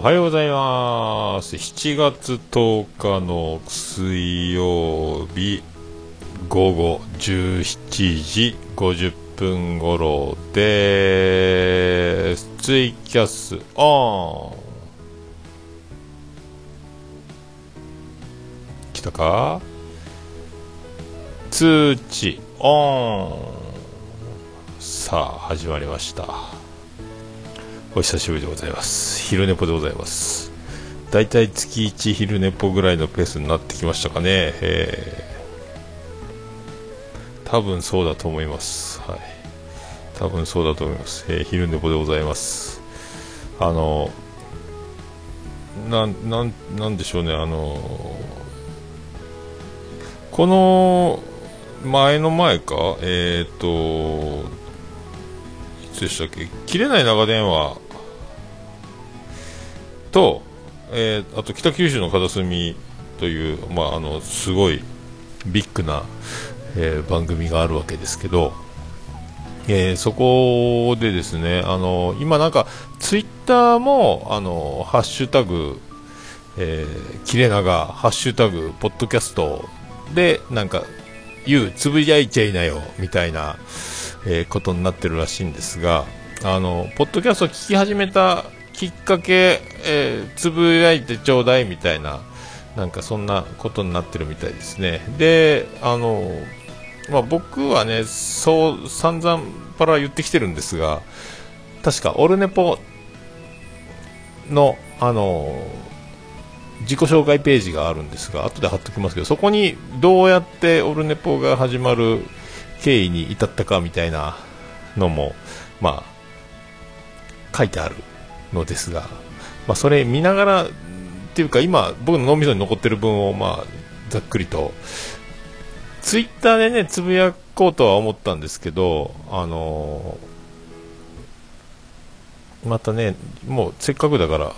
おはようございます。7月10日の水曜日午後17時50分頃です。ツイキャスオン。来たか？通知オン。さあ始まりました。お久しぶりでございます。昼寝ぽでございます。だいたい月1昼寝ぽぐらいのペースになってきましたかね。多分そうだと思います。はい。多分そうだと思います。昼寝ぽでございます。なんでしょうね。この前の前か、いつでしたっけ、切れない長電話と、あと北九州の片隅という、すごいビッグな、番組があるわけですけど、そこでですね、今なんかツイッターもハッシュタグ、切れ長ハッシュタグポッドキャストでなんかつぶやいちゃいなよみたいな、ことになってるらしいんですが、ポッドキャストを聞き始めたきっかけ、つぶやいてちょうだいみたいな、なんかそんなことになってるみたいですね。で、僕はね、そう散々パラ言ってきてるんですが、確かオルネポの自己紹介ページがあるんですが、後で貼っときますけど、そこにどうやってオルネポが始まる経緯に至ったかみたいなのも書いてあるのですが、それ見ながらっていうか、今僕の脳みそに残ってる分をざっくりとツイッターでねつぶやこうとは思ったんですけど、またね、もうせっかくだから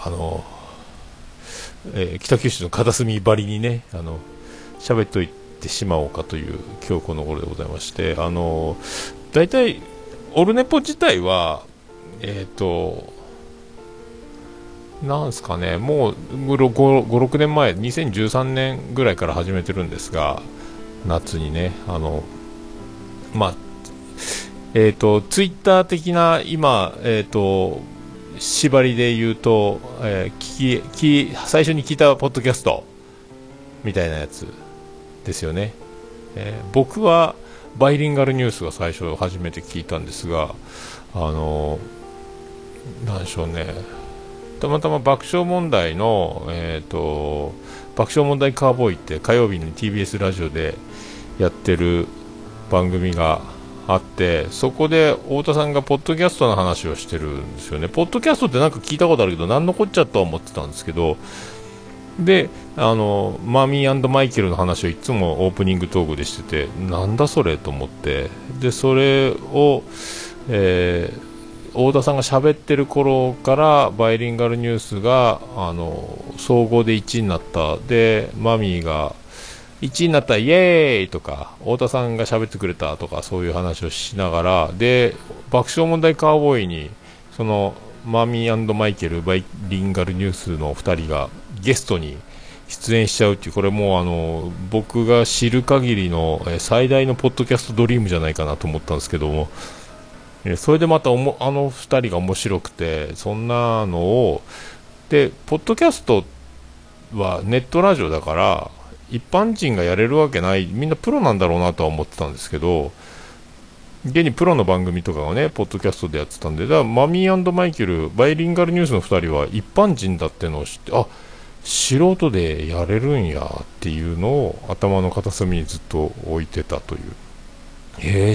北九州の片隅張りにね喋っといてしまおうかという今日この頃でございまして、だいたいオルネポ自体はなんすかね、もう5、6年前2013年ぐらいから始めてるんですが、夏にねツイッター的な今縛りで言うと、最初に聞いたポッドキャストみたいなやつですよね。僕はバイリンガルニュースが最初初めて聞いたんですが、なんでしょうね、たまたま爆笑問題の、爆笑問題カーボーイって火曜日に TBS ラジオでやってる番組があって、そこで太田さんがポッドキャストの話をしてるんですよね。ポッドキャストってなんか聞いたことあるけど何のこっちゃとは思ってたんですけど、でマミー&マイケルの話をいつもオープニングトークでしてて、なんだそれと思って、でそれを、太田さんが喋ってる頃からバイリンガルニュースが総合で1位になった、でマミーが1位になったイエーイとか、太田さんが喋ってくれたとか、そういう話をしながら、で爆笑問題カーボーイにそのマミー&マイケルバイリンガルニュースの2人がゲストに出演しちゃうっていう、これもう僕が知る限りの最大のポッドキャストドリームじゃないかなと思ったんですけども、それでまたあの2人が面白くて、そんなのをで、ポッドキャストはネットラジオだから一般人がやれるわけない、みんなプロなんだろうなとは思ってたんですけど、現にプロの番組とかがねポッドキャストでやってたんで、だからマミー&マイケルバイリンガルニュースの2人は一般人だってのを知って、あ、素人でやれるんやっていうのを頭の片隅にずっと置いてたという、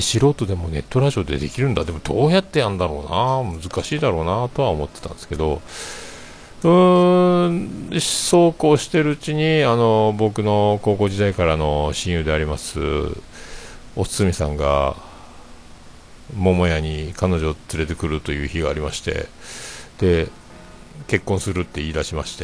素人でもネットラジオでできるんだ、でもどうやってやんだろうな、難しいだろうなとは思ってたんですけど、そうこうしてるうちに僕の高校時代からの親友でありますおつみさんが桃屋に彼女を連れてくるという日がありまして、で結婚するって言い出しまして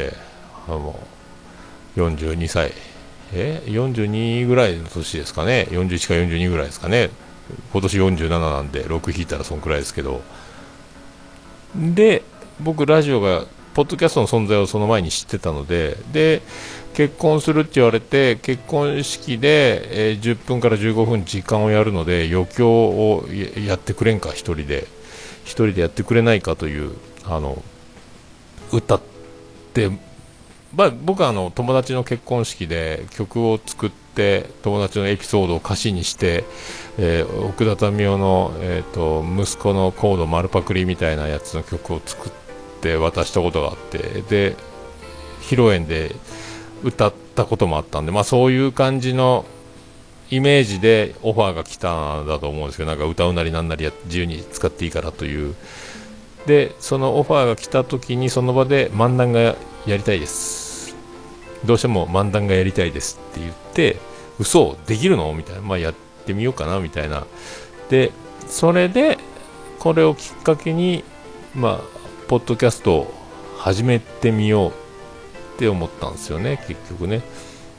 、42歳42ぐらいの年ですかね、41か42ぐらいですかね、今年47なんで6引いたらそんくらいですけど、で僕ラジオがポッドキャストの存在をその前に知ってたので、で結婚するって言われて、結婚式で、10分から15分時間をやるので、余興をやってくれんか、一人でやってくれないかという、歌って、僕は友達の結婚式で曲を作って、友達のエピソードを歌詞にして、奥田民生の、息子のコード丸パクリみたいなやつの曲を作って渡したことがあって、で披露宴で歌ったこともあったんで、そういう感じのイメージでオファーが来たんだと思うんですけど、なんか歌うなりなんなり自由に使っていいからという。でそのオファーが来た時に、その場で漫談がやりたいです、どうしても漫談がやりたいですって言って、嘘できるのみたいな、やってみようかなみたいな。でそれでこれをきっかけにポッドキャストを始めてみようって思ったんですよね、結局ね。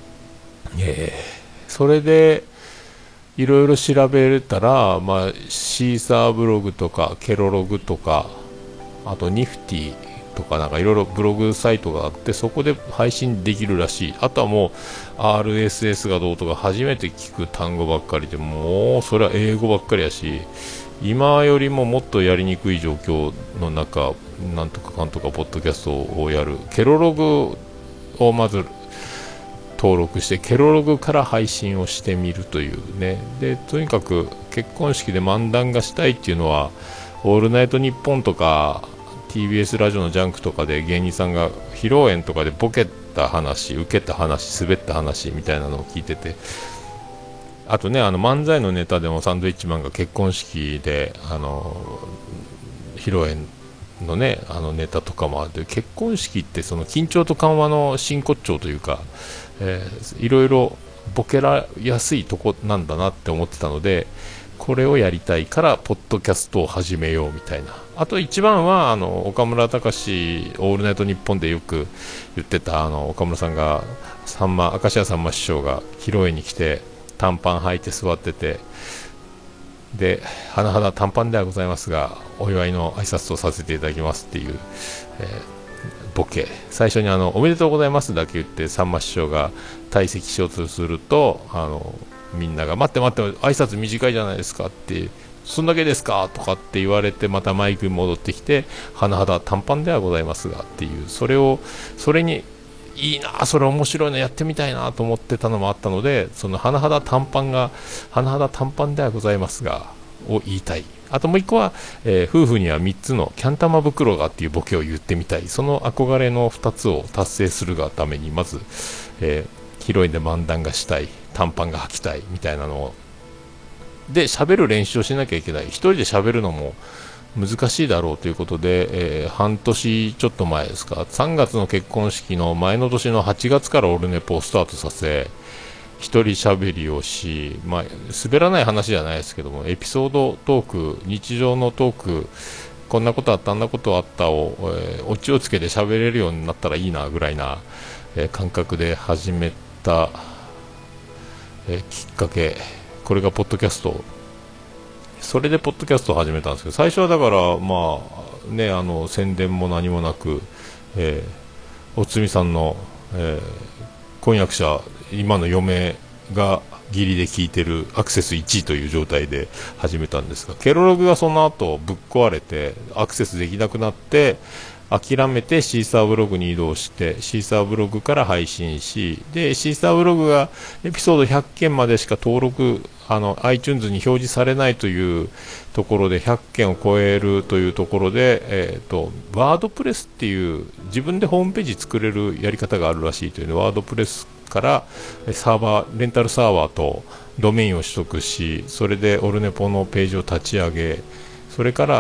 それでいろいろ調べたら、シーサーブログとかケロログとか、あとニフティとか、なんかいろいろブログサイトがあって、そこで配信できるらしい。あとはもう RSS がどうとか、初めて聞く単語ばっかりで、もうそれは英語ばっかりやし、今よりももっとやりにくい状況の中、なんとかかんとかポッドキャストをやる。ケロログをまず登録して、ケロログから配信をしてみるというね。でとにかく結婚式で漫談がしたいっていうのは、オールナイトニッポンとか TBS ラジオのジャンクとかで芸人さんが披露宴とかでボケた話、受けた話、滑った話みたいなのを聞いてて、あとね、漫才のネタでもサンドイッチマンが結婚式で披露宴のね、ネタとかもあって、結婚式ってその緊張と緩和の真骨頂というか、いろいろボケらやすいとこなんだなって思ってたので、これをやりたいからポッドキャストを始めようみたいな。あと一番は岡村隆史オールナイトニッポンでよく言ってた、岡村さんが明石家さんま師匠が披露宴に来て短パン履いて座ってて、で甚だ短パンではございますがお祝いの挨拶をさせていただきますっていう、ボケ、最初におめでとうございますだけ言ってさんま師匠が退席しようとすると、みんなが待って挨拶短いじゃないですかって、そんだけですかとかって言われて、またマイクに戻ってきて、甚だ短パンではございますがっていう、それにいいな、それ面白いのやってみたいなと思ってたのもあったので、その甚だ短パンではございますがを言いたい。あともう一個は、夫婦には3つのキャン玉袋がっていうボケを言ってみたい。その憧れの2つを達成するがために、まず、披露宴で漫談がしたい、短パンが履きたいみたいなのをで喋る練習をしなきゃいけない。一人で喋るのも難しいだろうということで、半年ちょっと前ですか、3月の結婚式の前の年の8月からオルネポをスタートさせ、一人喋りをし、滑らない話じゃないですけども、エピソードトーク、日常のトーク、こんなことあったあんなことあったを、オチをつけて喋れるようになったらいいなぐらいな、感覚で始めた、きっかけ、これがポッドキャスト。それでポッドキャストを始めたんですけど、最初はだから宣伝も何もなく、おつみさんの、婚約者、今の嫁がギリで聞いてるアクセス1位という状態で始めたんですが、ケロログがその後ぶっ壊れてアクセスできなくなって、諦めてシーサーブログに移動して、シーサーブログから配信し、でシーサーブログがエピソード100件までしか登録iTunes に表示されないというところで、100件を超えるというところで、ワードプレスっていう自分でホームページ作れるやり方があるらしいというので、ワードプレスからレンタルサーバーとドメインを取得し、それでオルネポのページを立ち上げ、それから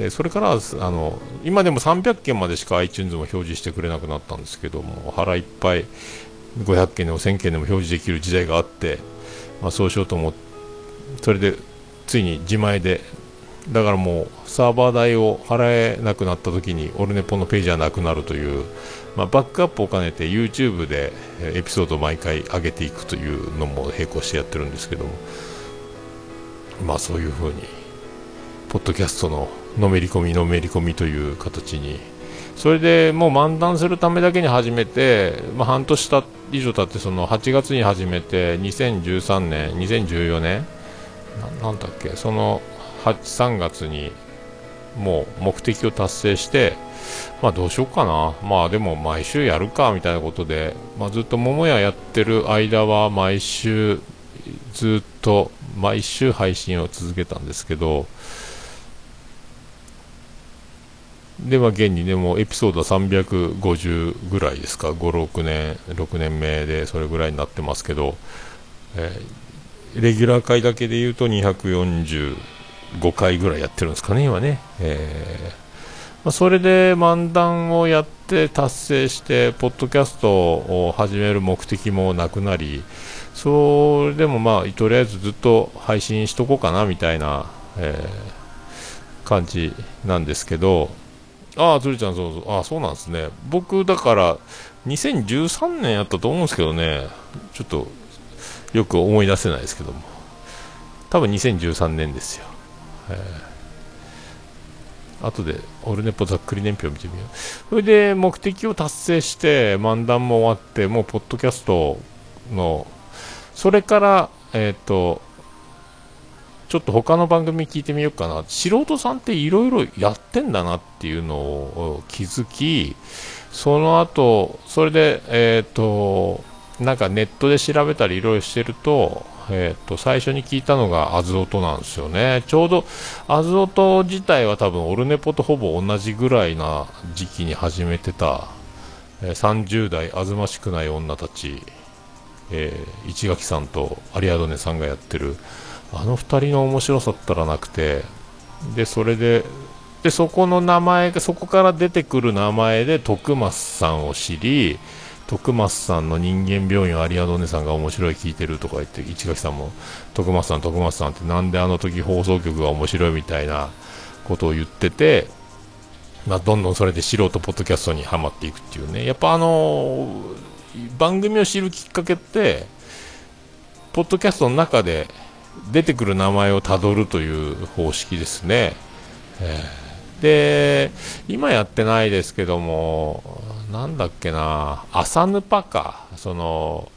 今でも300件までしか iTunes も表示してくれなくなったんですけども、腹いっぱい500件でも1000件でも表示できる時代があって、そうしようと思って、それでついに自前で、だからもうサーバー代を払えなくなった時にオルネポのページはなくなるという、バックアップを兼ねて YouTube でエピソードを毎回上げていくというのも並行してやってるんですけども、そういう風にポッドキャストののめり込みという形にそれでもう漫談するためだけに始めて、半年以上経って、その8月に始めて、2013年、2014年、なんだっけ、その3月にもう目的を達成して、どうしようかな、でも毎週やるかみたいなことで、ずっと桃屋やってる間は毎週ずっと毎週配信を続けたんですけど、で現にでもエピソードは350ぐらいですか、6年目でそれぐらいになってますけど、レギュラー回だけで言うと245回ぐらいやってるんですかね今ね。それで漫談をやって達成して、ポッドキャストを始める目的もなくなり、それでもとりあえずずっと配信しとこうかなみたいな、感じなんですけど、つるちゃん、そうなんですね。僕だから2013年やったと思うんですけどね、ちょっとよく思い出せないですけども、多分2013年ですよ。後でオルネポざっくり年表を見てみよう。それで目的を達成して漫談も終わって、もうポッドキャストのそれからちょっと他の番組聞いてみようかな、素人さんっていろいろやってんだなっていうのを気づき、その後それでなんかネットで調べたりいろいろしてると、最初に聞いたのがアズオトなんですよね。ちょうどアズオト自体は多分オルネポとほぼ同じぐらいな時期に始めてた、30代あずましくない女たち、市垣さんとアリアドネさんがやってるあの2人の面白さったらなくて、でそれでそこの名前が、そこから出てくる名前で徳松さんを知り、徳松さんの人間病院をアリアドネさんが面白い聞いてるとか言って、市垣さんも徳松さんってなんであの時放送局が面白いみたいなことを言ってて、どんどんそれで素人ポッドキャストにはまっていくっていうね。やっぱ番組を知るきっかけってポッドキャストの中で出てくる名前をたどるという方式ですね。で今やってないですけども、なんだっけな、朝ヌパか、その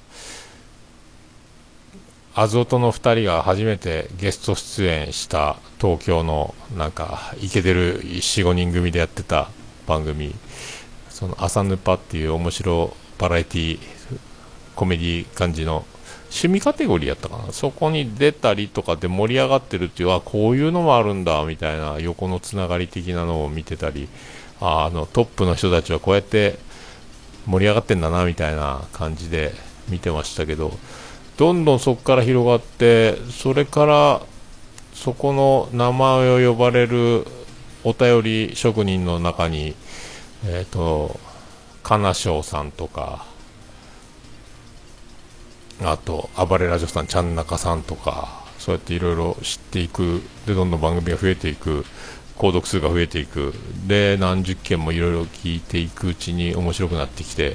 アズオトの2人が初めてゲスト出演した東京のなんかイケてる 4,5 人組でやってた番組、その朝ヌパっていう面白バラエティコメディ感じの趣味カテゴリーやったかな、そこに出たりとかで盛り上がってるっていう、こういうのもあるんだみたいな横のつながり的なのを見てたり、トップの人たちはこうやって盛り上がってんだなみたいな感じで見てましたけど、どんどんそこから広がって、それからそこの名前を呼ばれるお便り職人の中に金賞さんとか、あと暴れラジオさん、ちゃんなかさんとか、そうやっていろいろ知っていく、でどんどん番組が増えていく、購読数が増えていく、で何十件もいろいろ聞いていくうちに面白くなってきて、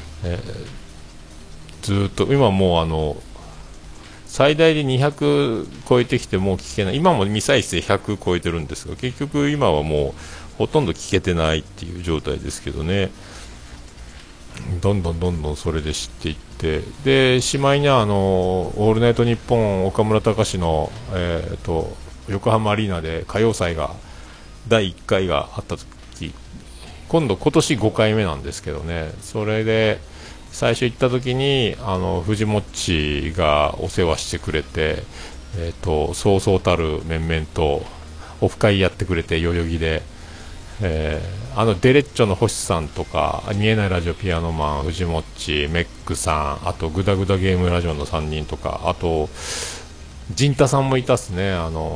ずっと今もう最大で200超えてきてもう聞けない、今も未再生100超えてるんですが、結局今はもうほとんど聞けてないっていう状態ですけどね。どんどんそれで知っていって、でしまいにはオールナイトニッポン岡村隆史の、横浜アリーナで歌謡祭が第1回があった時、今年5回目なんですけどね、それで最初行った時に藤もっちがお世話してくれて、そうそうたる面々とオフ会やってくれて、代々木で、デレッチョの星さんとか、見えないラジオピアノマン、藤もっち、メックさん、あとグダグダゲームラジオの3人とか、あと陣太さんもいたっすね、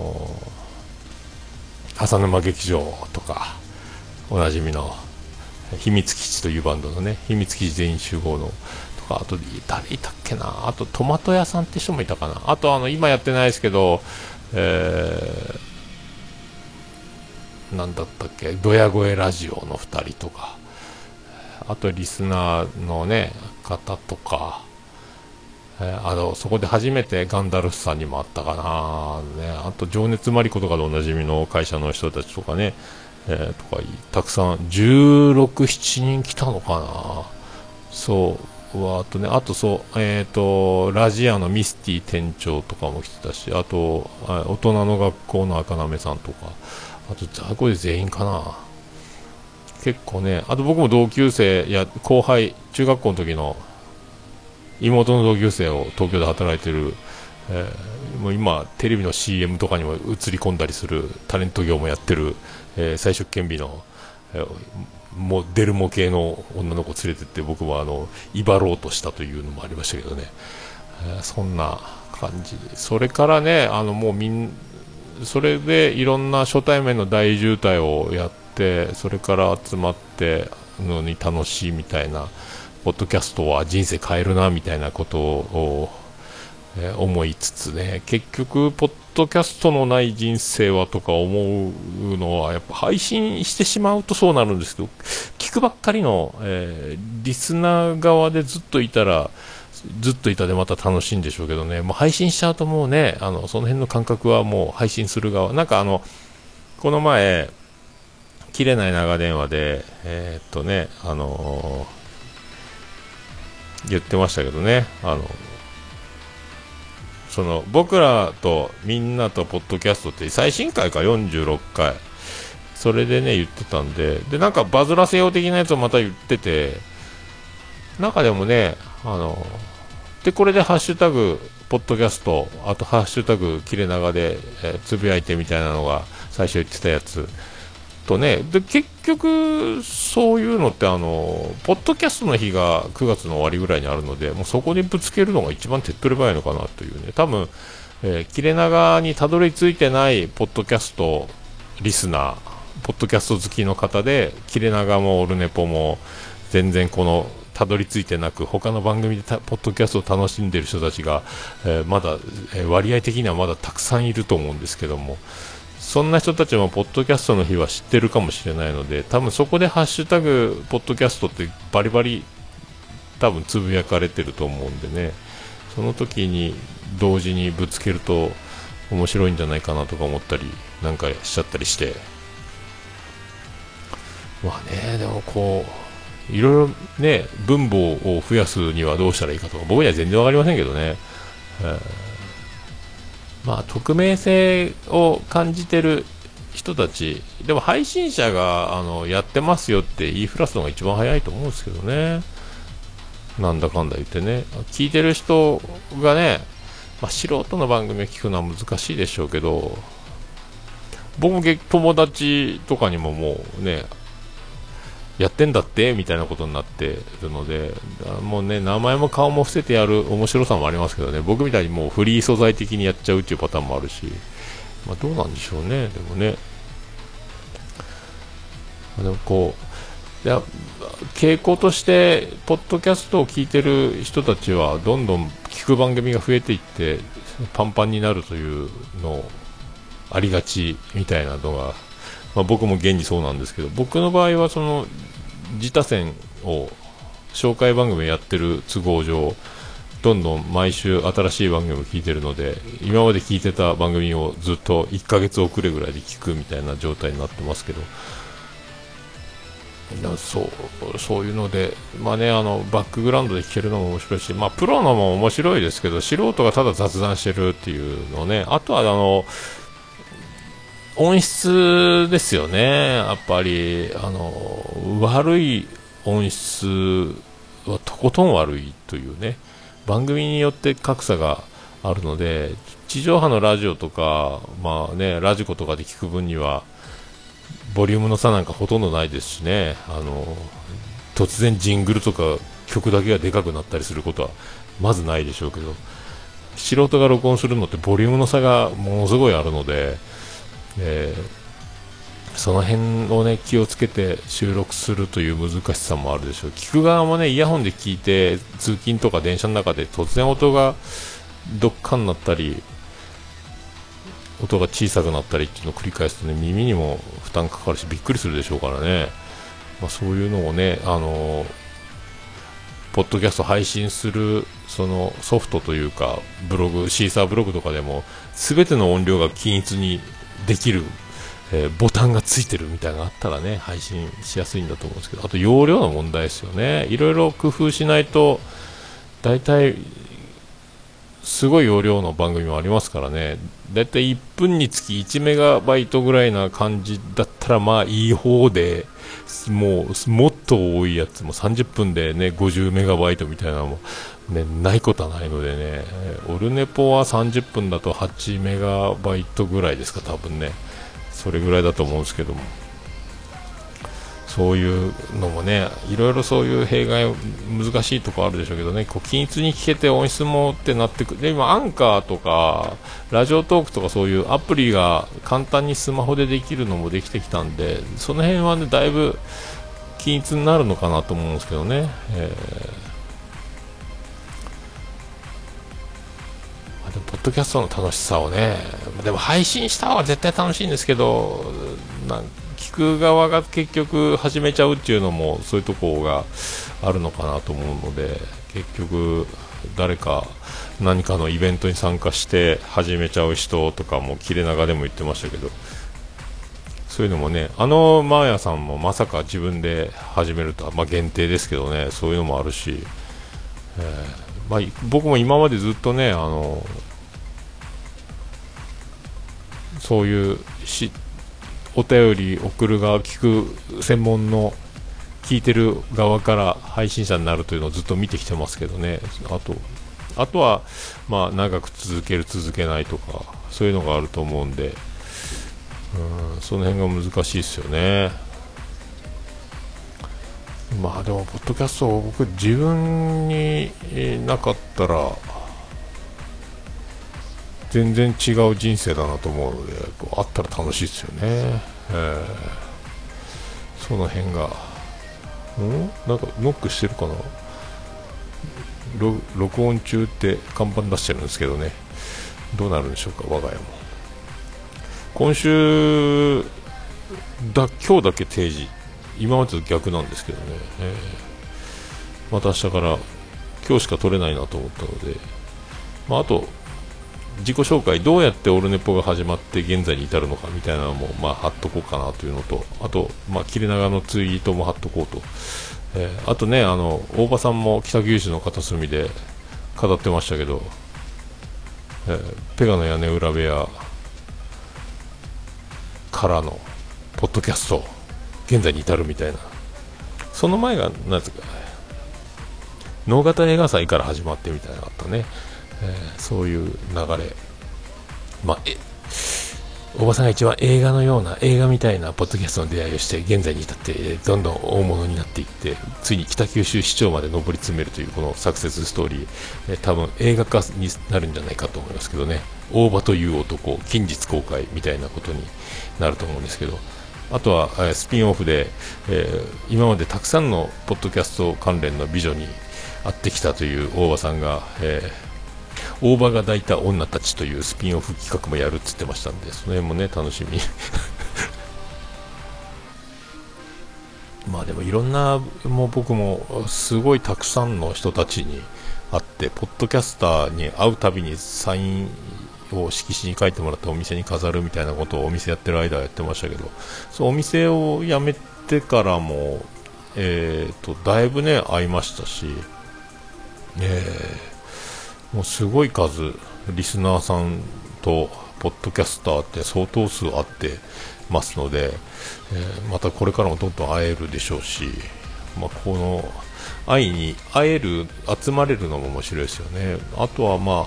浅沼劇場とか、おなじみの秘密基地というバンドのね、秘密基地全員集合のとか、あと誰いたっけな、あとトマト屋さんって人もいたかな、あと今やってないですけど、なんだったっけ、ドヤ声ラジオの2人とか、あとリスナーのね方とか、そこで初めてガンダルフさんにもあったかな、ね、あと情熱マリコとかでおなじみの会社の人たちとかね、 とかたくさん16、7人来たのかな。そうあとね、あとラジアのミスティ店長とかも来てたし、あと大人の学校の赤なめさんとか、あとこれ全員かな。結構ね、あと僕も同級生や後輩、中学校の時の妹の同級生を東京で働いてる、もう今テレビの CM とかにも映り込んだりするタレント業もやってる、最出勤日の、モデル模系の女の子を連れてって僕は威張ろうとしたというのもありましたけどね、そんな感じで、それからね、もうそれでいろんな初対面の大渋滞をやって、それから集まってのに楽しいみたいな、ポッドキャストは人生変えるなみたいなことを、思いつつね、結局ポッドキャストのない人生はとか思うのは、やっぱ配信してしまうとそうなるんですけど、聞くばっかりの、リスナー側でずっといたらずっといたでまた楽しいんでしょうけどね、もう配信しちゃうともうね、その辺の感覚はもう配信する側、なんかこの前切れない長電話で言ってましたけどね、その僕らとみんなとポッドキャストって最新回か46回それでね言ってたんで、なんかバズらせよう的なやつをまた言ってて、中でもねでこれでハッシュタグポッドキャスト、あとハッシュタグ切れ長で、つぶやいてみたいなのが最初言ってたやつとね、で結局そういうのってポッドキャストの日が9月の終わりぐらいにあるので、もうそこにぶつけるのが一番手っ取り早いのかなというね、多分、切れ長にたどり着いてないポッドキャストリスナー、ポッドキャスト好きの方で、切れ長もオルネポも全然たどり着いてなく、他の番組でポッドキャストを楽しんでいる人たちが、まだ、割合的にはまだたくさんいると思うんですけども、そんな人たちもポッドキャストの日は知ってるかもしれないので、多分そこでハッシュタグポッドキャストってバリバリ多分つぶやかれてると思うんでね、その時に同時にぶつけると面白いんじゃないかなとか思ったりなんかしちゃったりして、まあね、でもいろいろね、分母を増やすにはどうしたらいいかとか僕には全然わかりませんけどね、まあ匿名性を感じてる人たちでも配信者がやってますよって言いふらすのが一番早いと思うんですけどね、なんだかんだ言ってね、聞いてる人がね、素人の番組を聞くのは難しいでしょうけど、僕も友達とかにももうねやってんだってみたいなことになってるので、もうね名前も顔も伏せてやる面白さもありますけどね、僕みたいにもうフリー素材的にやっちゃうっていうパターンもあるし、どうなんでしょうね。でもね、でも傾向としてポッドキャストを聞いてる人たちはどんどん聞く番組が増えていってパンパンになるというのありがちみたいなのが、僕も現にそうなんですけど、僕の場合はその自他戦を紹介番組をやってる都合上どんどん毎週新しい番組を聞いてるので、今まで聞いてた番組をずっと1ヶ月遅れぐらいで聞くみたいな状態になってますけど、そういうので、バックグラウンドで聞けるのも面白いし、プロのも面白いですけど、素人がただ雑談してるっていうのね、あとは音質ですよね、やっぱり悪い音質はとことん悪いというね、番組によって格差があるので、地上波のラジオとか、ラジコとかで聞く分にはボリュームの差なんかほとんどないですしね、突然ジングルとか曲だけがでかくなったりすることはまずないでしょうけど、素人が録音するのってボリュームの差がものすごいあるので、その辺をね気をつけて収録するという難しさもあるでしょう。聞く側もね、イヤホンで聞いて通勤とか電車の中で突然音がどっかになったり音が小さくなったりっていうのを繰り返すとね、耳にも負担かかるしびっくりするでしょうからね、そういうのをねポッドキャスト配信するそのソフトというかブログ、シーサーブログとかでも全ての音量が均一にできる、 ボタンがついてるみたいなのがあったらね、配信しやすいんだと思うんですけど、あと容量の問題ですよね。いろいろ工夫しないと、だいたいすごい容量の番組もありますからね。だいたい1分につき1メガバイトぐらいな感じだったらまあいい方で、もっと多いやつも30分でね50メガバイトみたいなのも、ね、ないことはないのでね、オルネポは30分だと8メガバイトぐらいですか、多分ね。それぐらいだと思うんですけども、そういうのもね、いろいろそういう弊害、難しいところあるでしょうけどね、こう均一に聞けて音質もってなってくる。で今アンカーとかラジオトークとかそういうアプリが簡単にスマホでできるのもできてきたんで、その辺はねだいぶ均一になるのかなと思うんですけどね。でもポッドキャストの楽しさをね、でも配信した方が絶対楽しいんですけど、聞く側が結局始めちゃうっていうのもそういうところがあるのかなと思うので、結局誰か何かのイベントに参加して始めちゃう人とかも切れ長でも言ってましたけど、そういうのもね、マーヤさんもまさか自分で始めるとは、まあ、限定ですけどね、そういうのもあるし、まあ、僕も今までずっとね、そういうお便り送る側、聞く専門の聞いてる側から配信者になるというのをずっと見てきてますけどね。あとは、まあ、長く続ける続けないとかそういうのがあると思うんで、その辺が難しいですよね。まあでもポッドキャストを僕自分になかったら全然違う人生だなと思うので、あったら楽しいですよね。その辺がなんかノックしてるかな。録音中って看板出してるんですけどね、どうなるんでしょうか。我が家も今週今日だけ定時、今までと逆なんですけどね、また明日から今日しか取れないなと思ったので、まあ、あと自己紹介、どうやってオルネポが始まって現在に至るのかみたいなのも、まあ、貼っとこうかなというのと、あと、まあ、切れ長のツイートも貼っとこうと、あとね、大場さんも北九州の片隅で語ってましたけど、ペガの屋根裏部屋からのポッドキャスト現在に至るみたいな、その前がなんですか、能形映画祭から始まってみたいなのがあったね。そういう流れ、まあ、おばさんが一番映画のような映画みたいなポッドキャストの出会いをして現在に至ってどんどん大物になっていって、ついに北九州市長まで上り詰めるというこのサクセスストーリー、多分映画化になるんじゃないかと思いますけどね。大場という男近日公開みたいなことになると思うんですけど、あとはスピンオフで、今までたくさんのポッドキャスト関連の美女に会ってきたという大場さんが、大場が抱いた女たちというスピンオフ企画もやるって言ってましたんで、その辺もね楽しみまあでもいろんな、もう僕もすごいたくさんの人たちに会って、ポッドキャスターに会うたびにサインを色紙に書いてもらってお店に飾るみたいなことをお店やってる間はやってましたけど、そうお店を辞めてからもだいぶね会いましたし、もうすごい数リスナーさんとポッドキャスターって相当数あってますので、またこれからもどんどん会えるでしょうし、まあ、この愛に会える、集まれるのも面白いですよね。あとはまあ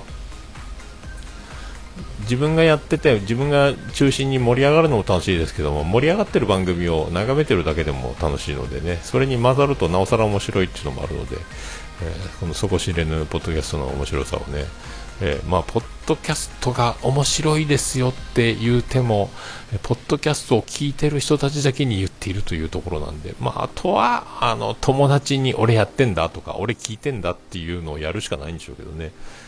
自分がやってて自分が中心に盛り上がるのも楽しいですけども、盛り上がってる番組を眺めてるだけでも楽しいのでね、それに混ざるとなおさら面白いっていうのもあるので、この底知れぬポッドキャストの面白さをね、まあポッドキャストが面白いですよって言うても、ポッドキャストを聞いてる人たちだけに言っているというところなんで、まああとは友達に俺やってんだとか俺聞いてんだっていうのをやるしかないんでしょうけどね。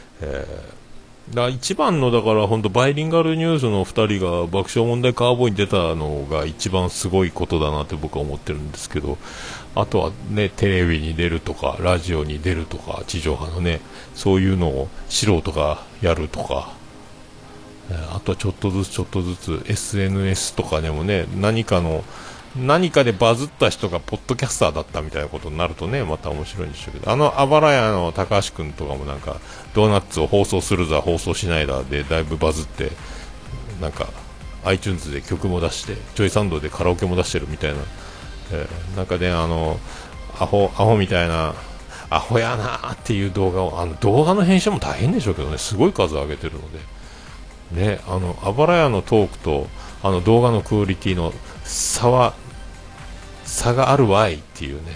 一番のだから本当バイリンガルニュースの2人が爆笑問題カーボーイに出たのが一番すごいことだなって僕は思ってるんですけど、あとはねテレビに出るとかラジオに出るとか地上波のねそういうのを素人がやるとか、 あとはちょっとずつ SNS とかでもね、何かでバズった人がポッドキャスターだったみたいなことになるとね、また面白いんでしょうけど、あばら屋の高橋くんとかもなんかドーナツを放送するだ放送しないだでだいぶバズって、なんか iTunes で曲も出してジョイサンドでカラオケも出してるみたいな、なんかね、アホみたいなアホやなーっていう動画を、動画の編集も大変でしょうけどね、すごい数上げてるのでね、あばら屋のトークと動画のクオリティの差があるわいっていうね、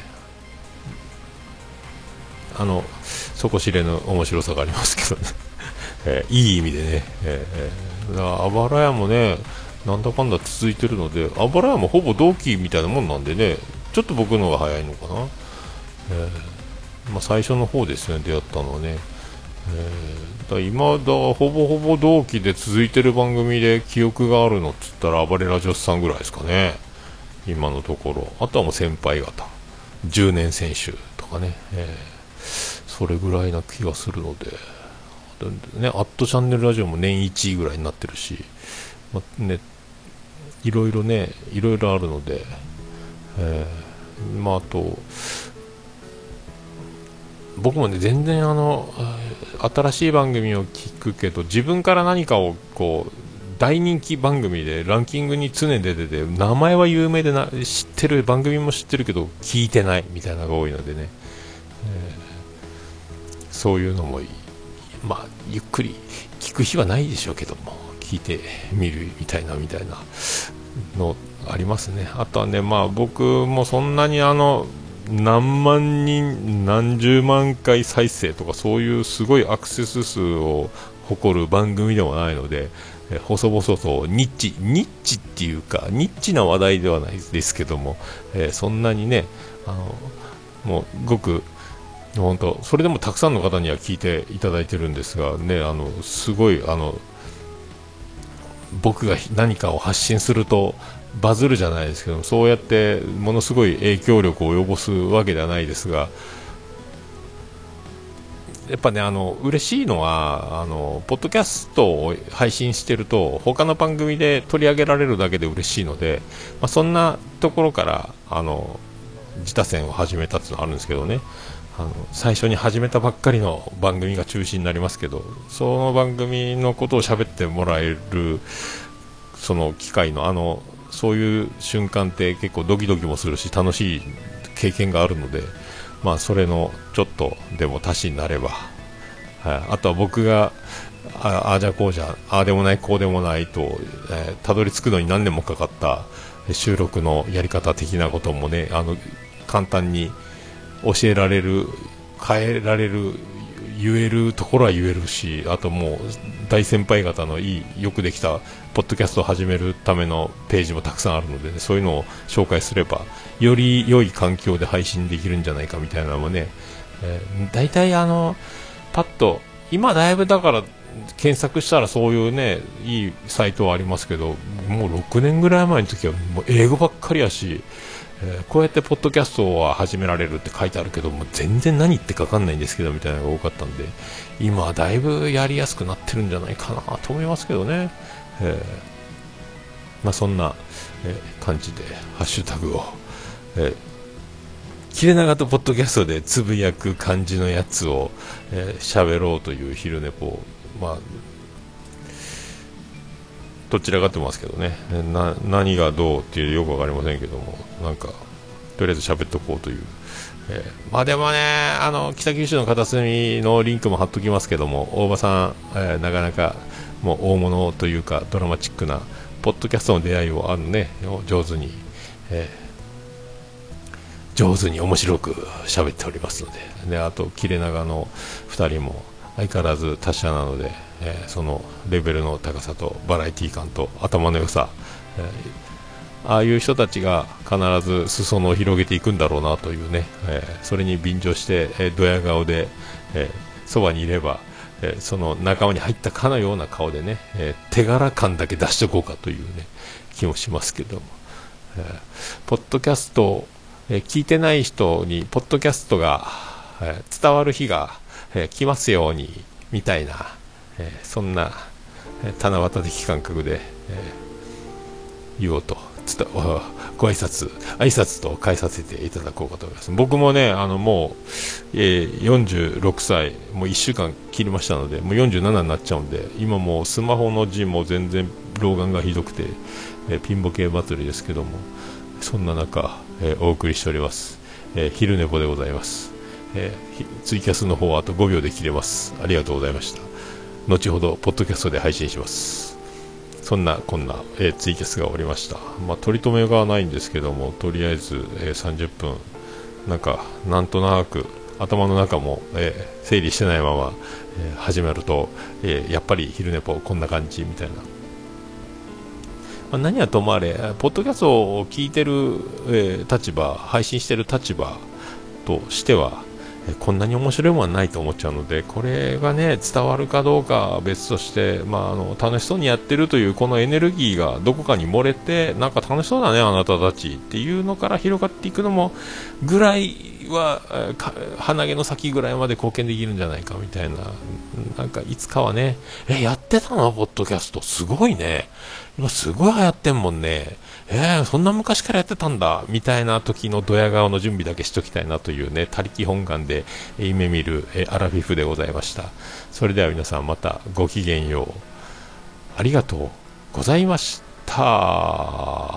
底知れぬ面白さがありますけどね、いい意味でね、あばら屋もね、なんだかんだ続いてるので、あばら屋もほぼ同期みたいなもんなんでね、ちょっと僕の方が早いのかな、最初の方ですね、出会ったのはね、今だほぼほぼ同期で続いてる番組で記憶があるのっつったら暴れラジオスさんぐらいですかね、今のところ。あとはもう先輩方、10年選手とかね、それぐらいな気がするので、ね、アットチャンネルラジオも年1位ぐらいになってるし、ね、いろいろあるので、あと僕もね、全然新しい番組を聞くけど、自分から何かをこう大人気番組でランキングに常に出てて、名前は有名で知ってる番組も知ってるけど聞いてないみたいなのが多いのでね、そういうのもゆっくり聞く日はないでしょうけども、聞いてみるみたいなのありますね。あとはね、僕もそんなに何万人何十万回再生とかそういうすごいアクセス数を誇る番組でもないので、細々とニッチっていうかニッチな話題ではないですけども、そんなにね、もうごく本当それでもたくさんの方には聞いていただいてるんですがね、すごい僕が何かを発信するとバズるじゃないですけど、そうやってものすごい影響力を及ぼすわけではないですが、やっぱね、嬉しいのはポッドキャストを配信してると他の番組で取り上げられるだけで嬉しいので、そんなところから自他戦を始めたっていうのがあるんですけどね、最初に始めたばっかりの番組が中心になりますけど、その番組のことを喋ってもらえるその機会のそういう瞬間って結構ドキドキもするし楽しい経験があるので、それのちょっとでも足しになれば、あとは僕がああじゃこうじゃああでもないこうでもないと、たどり着くのに何年もかかった収録のやり方的なこともね、簡単に教えられる、変えられる、言えるところは言えるし、あともう大先輩方のよくできたポッドキャストを始めるためのページもたくさんあるので、そういうのを紹介すればより良い環境で配信できるんじゃないかみたいなのもね、大体パッと今だいぶだから検索したらそういうねいいサイトはありますけど、もう6年ぐらい前の時はもう英語ばっかりやし、こうやってポッドキャストは始められるって書いてあるけども全然何言ってか分かんないんですけどみたいなのが多かったんで、今はだいぶやりやすくなってるんじゃないかなと思いますけどね、そんな、感じでハッシュタグを、切れ長とポッドキャストでつぶやく感じのやつを喋、ろうという昼寝ぽ、どちらかってますけどね、何がどうっていうよく分かりませんけども、なんかとりあえず喋っとこうという、でもね、北九州の片隅のリンクも貼っときますけども、大場さん、なかなかもう大物というかドラマチックなポッドキャストの出会いを上手に、面白く喋っておりますので、あと切れ長の2人も相変わらず達者なので、そのレベルの高さとバラエティ感と頭の良さ、ああいう人たちが必ず裾野を広げていくんだろうなというね、それに便乗して、ドヤ顔で、そばにいれば、その仲間に入ったかのような顔でね、手柄感だけ出しておこうかというね気もしますけども、ポッドキャスト、聞いてない人にポッドキャストが、伝わる日が、来ますようにみたいな、そんな七夕的感覚で、言おうとご挨拶と返させていただこうかと思います。僕もね、もう、46歳、もう1週間切りましたので、もう47になっちゃうんで、今もうスマホの字も全然老眼がひどくて、ピンボケ祭りですけども、そんな中、お送りしております。昼寝ぽでございます。ツイキャスの方はあと5秒で切れます。ありがとうございました。後ほどポッドキャストで配信します。そんなこんな、ツイキャスがおりました。取り留めがないんですけども、とりあえず、30分なんとなく頭の中も、整理してないまま、始まると、やっぱり昼寝ぽこんな感じみたいな、何はともあれポッドキャストを聞いてる、立場、配信してる立場としては、こんなに面白いものはないと思っちゃうので、これがね伝わるかどうかは別として、楽しそうにやってるというこのエネルギーがどこかに漏れて、なんか楽しそうだねあなたたちっていうのから広がっていくのもぐらいは、鼻毛の先ぐらいまで貢献できるんじゃないかみたいな、いつかはね、やってたのポッドキャストすごいね、今すごい流行ってんもんね、そんな昔からやってたんだみたいな時のドヤ顔の準備だけしときたいなというね、他力本願で夢見るアラフィフでございました。それでは皆さんまたごきげんよう。ありがとうございました。